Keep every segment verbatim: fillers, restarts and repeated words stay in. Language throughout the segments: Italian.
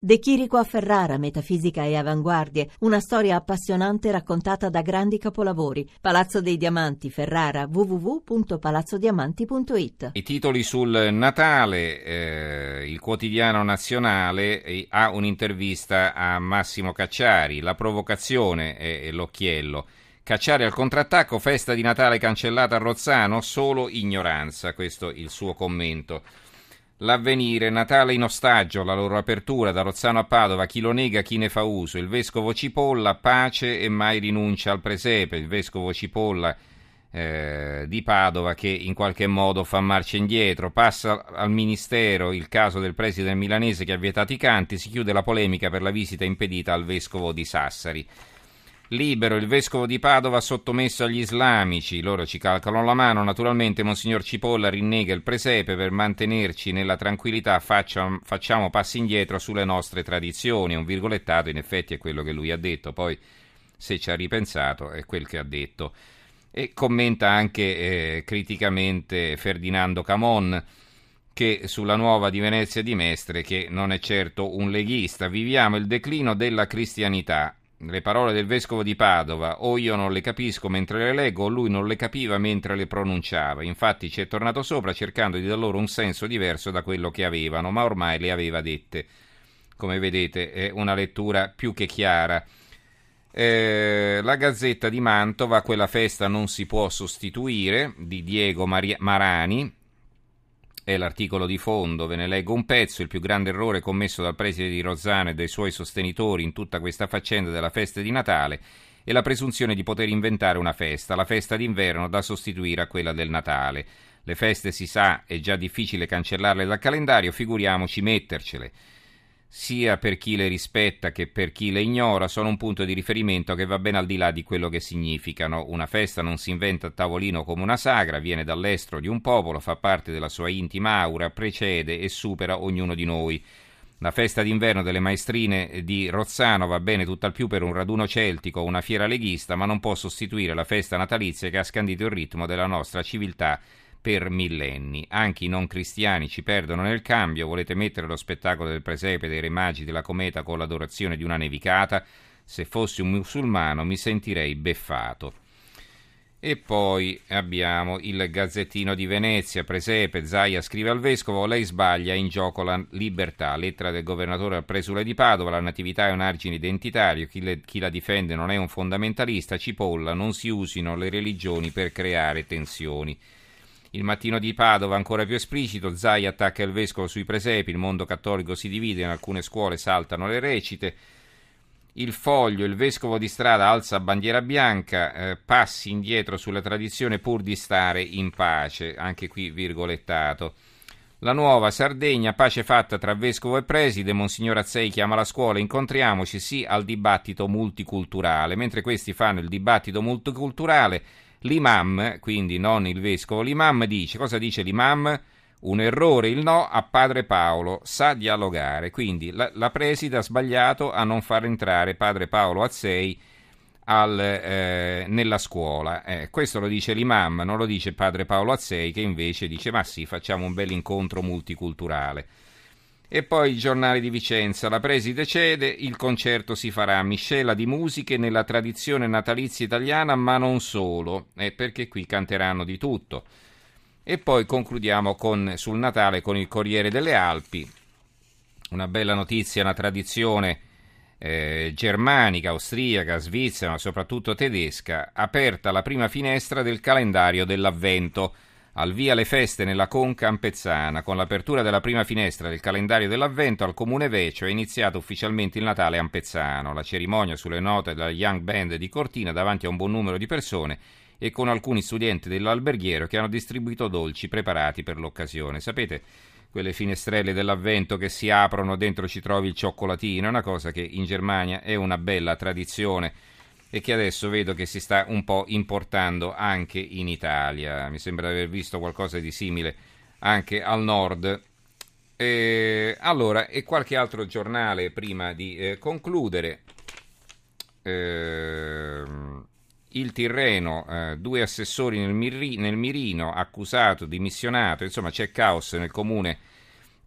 De Chirico a Ferrara, metafisica e avanguardie, una storia appassionante raccontata da grandi capolavori. Palazzo dei Diamanti, Ferrara, w w w punto palazzo diamanti punto i t. I titoli sul Natale, eh, il Quotidiano Nazionale eh, ha un'intervista a Massimo Cacciari, la provocazione e eh, l'occhiello. Cacciari al contrattacco, festa di Natale cancellata a Rozzano, solo ignoranza, questo il suo commento. L'Avvenire, Natale in ostaggio, la loro apertura da Rozzano a Padova, chi lo nega, chi ne fa uso. Il vescovo Cipolla, pace e mai rinuncia al presepe. Il vescovo Cipolla eh, di Padova che in qualche modo fa marcia indietro. Passa al ministero il caso del preside del milanese che ha vietato i canti, si chiude la polemica per la visita impedita al vescovo di Sassari. Libero, il vescovo di Padova sottomesso agli islamici, loro ci calcolano la mano, naturalmente Monsignor Cipolla rinnega il presepe per mantenerci nella tranquillità, facciamo, facciamo passi indietro sulle nostre tradizioni, un virgolettato in effetti è quello che lui ha detto, poi se ci ha ripensato è quel che ha detto. E commenta anche eh, criticamente Ferdinando Camon, che sulla Nuova di Venezia di Mestre, che non è certo un leghista, viviamo il declino della cristianità. Le parole del vescovo di Padova, o io non le capisco mentre le leggo, o lui non le capiva mentre le pronunciava. Infatti ci è tornato sopra cercando di dar loro un senso diverso da quello che avevano, ma ormai le aveva dette. Come vedete è una lettura più che chiara. Eh, la Gazzetta di Mantova, quella festa non si può sostituire, di Diego Maria- Marani. È l'articolo di fondo, ve ne leggo un pezzo. Il più grande errore commesso dal preside di Rozzano e dai suoi sostenitori in tutta questa faccenda della festa di Natale è la presunzione di poter inventare una festa, la festa d'inverno da sostituire a quella del Natale. Le feste, si sa, è già difficile cancellarle dal calendario, figuriamoci mettercele. Sia per chi le rispetta che per chi le ignora, sono un punto di riferimento che va ben al di là di quello che significano. Una festa non si inventa a tavolino come una sagra, viene dall'estero di un popolo, fa parte della sua intima aura, precede e supera ognuno di noi. La festa d'inverno delle maestrine di Rozzano va bene tutt'al più per un raduno celtico o una fiera leghista, ma non può sostituire la festa natalizia che ha scandito il ritmo della nostra civiltà per millenni. Anche i non cristiani ci perdono nel cambio. Volete mettere lo spettacolo del presepe, dei re magi, della cometa con l'adorazione di una nevicata? Se fossi un musulmano mi sentirei beffato. E poi abbiamo il Gazzettino di Venezia, presepe, Zaia scrive al vescovo, lei sbaglia, in gioco la libertà, lettera del governatore al presule di Padova, la natività è un argine identitario, chi, le, chi la difende non è un fondamentalista, Cipolla, non si usino le religioni per creare tensioni. Il Mattino di Padova ancora più esplicito, Zaia attacca il vescovo sui presepi, il mondo cattolico si divide, in alcune scuole saltano le recite. Il Foglio, il vescovo di strada alza bandiera bianca, eh, passi indietro sulla tradizione pur di stare in pace, anche qui virgolettato. La Nuova, Sardegna, pace fatta tra vescovo e preside, Monsignor Azzei chiama la scuola, incontriamoci, sì al dibattito multiculturale. Mentre questi fanno il dibattito multiculturale, l'imam, quindi non il vescovo, l'imam dice, cosa dice l'imam? Un errore il no a padre Paolo, sa dialogare, quindi la, la preside ha sbagliato a non far entrare padre Paolo Azzei al, eh, nella scuola. Eh, questo lo dice l'imam, non lo dice padre Paolo Azzei che invece dice ma sì, facciamo un bel incontro multiculturale. E poi il giornale di Vicenza, la preside cede, il concerto si farà, miscela di musiche nella tradizione natalizia italiana, ma non solo, eh, perché qui canteranno di tutto. E poi concludiamo con, sul Natale con il Corriere delle Alpi, una bella notizia, una tradizione eh, germanica, austriaca, svizzera, ma soprattutto tedesca, aperta la prima finestra del calendario dell'Avvento. Al via le feste nella Conca ampezzana. Con l'apertura della prima finestra del calendario dell'Avvento al Comune Vecio è iniziato ufficialmente il Natale ampezzano. La cerimonia sulle note della Young Band di Cortina davanti a un buon numero di persone e con alcuni studenti dell'alberghiero che hanno distribuito dolci preparati per l'occasione. Sapete, quelle finestrelle dell'Avvento che si aprono, dentro ci trovi il cioccolatino, è una cosa che in Germania è una bella tradizione e che adesso vedo che si sta un po' importando anche in Italia. Mi sembra di aver visto qualcosa di simile anche al nord. E, allora, e qualche altro giornale prima di eh, concludere. Eh, il Tirreno, eh, due assessori nel, Miri, nel mirino, accusato, dimissionato, insomma c'è caos nel comune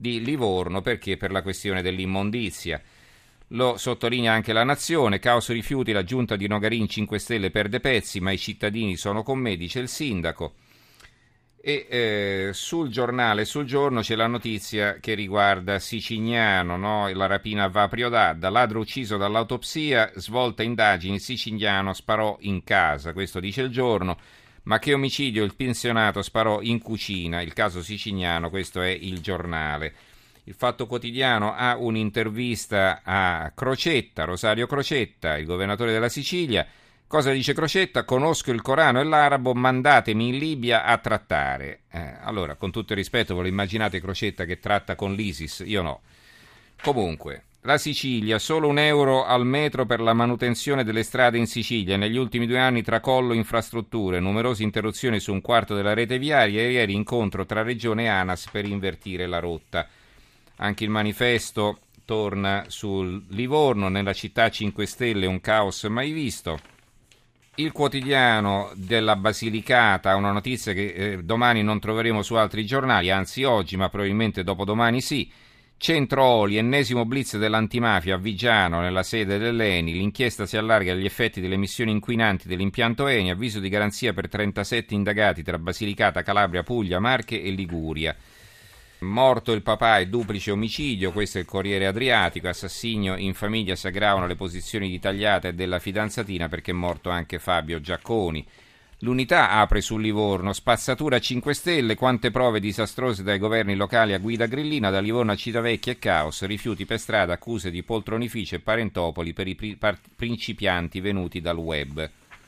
di Livorno, perché per la questione dell'immondizia. Lo sottolinea anche La Nazione, caos rifiuti, la giunta di Nogarin cinque Stelle perde pezzi, ma i cittadini sono con me, dice il sindaco. E eh, sul giornale, sul giorno, c'è la notizia che riguarda Sicignano, no? La rapina a Vaprio d'Adda, ladro ucciso dall'autopsia, svolta indagini, Sicignano sparò in casa, questo dice il giorno. Ma che omicidio, il pensionato sparò in cucina, il caso Sicignano, questo è il giornale. Il Fatto Quotidiano ha un'intervista a Crocetta, Rosario Crocetta, il governatore della Sicilia. Cosa dice Crocetta? Conosco il Corano e l'arabo, mandatemi in Libia a trattare. Eh, allora, con tutto il rispetto, ve lo immaginate Crocetta che tratta con l'ISIS? Io no. Comunque, la Sicilia, solo un euro al metro per la manutenzione delle strade in Sicilia. Negli ultimi due anni tracollo infrastrutture, numerose interruzioni su un quarto della rete viaria e ieri incontro tra Regione e ANAS per invertire la rotta. Anche il Manifesto torna sul Livorno, nella città cinque Stelle un caos mai visto. Il Quotidiano della Basilicata, una notizia che eh, domani non troveremo su altri giornali, anzi oggi, ma probabilmente dopodomani sì. Centro Oli, ennesimo blitz dell'antimafia a Viggiano, nella sede dell'Eni. L'inchiesta si allarga agli effetti delle emissioni inquinanti dell'impianto Eni, avviso di garanzia per trentasette indagati tra Basilicata, Calabria, Puglia, Marche e Liguria. Morto il papà e duplice omicidio, questo è il Corriere Adriatico, assassinio in famiglia, si aggravano le posizioni di Tagliata e della fidanzatina perché è morto anche Fabio Giacconi. L'Unità apre sul Livorno, spazzatura cinque Stelle, quante prove disastrose dai governi locali a guida grillina, da Livorno a Civitavecchia e caos, rifiuti per strada, accuse di poltronificio e parentopoli per i pri- par- principianti venuti dal web.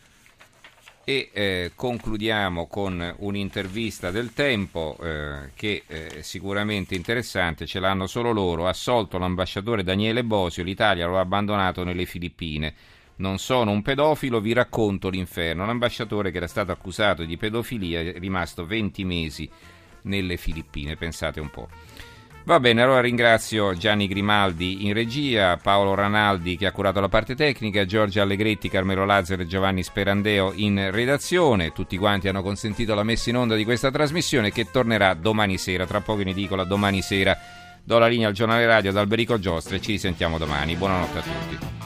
E eh, concludiamo con un'intervista del Tempo eh, che è eh, sicuramente interessante, ce l'hanno solo loro. Assolto l'ambasciatore Daniele Bosio, l'Italia lo ha abbandonato nelle Filippine. Non sono un pedofilo, vi racconto l'inferno. L'ambasciatore che era stato accusato di pedofilia è rimasto venti mesi nelle Filippine, pensate un po'. Va bene, allora ringrazio Gianni Grimaldi in regia, Paolo Ranaldi che ha curato la parte tecnica, Giorgia Allegretti, Carmelo Lazzaro e Giovanni Sperandeo in redazione. Tutti quanti hanno consentito la messa in onda di questa trasmissione che tornerà domani sera, tra poco in edicola domani sera. Do la linea al giornale radio da Alberico Giostre e ci risentiamo domani. Buonanotte a tutti.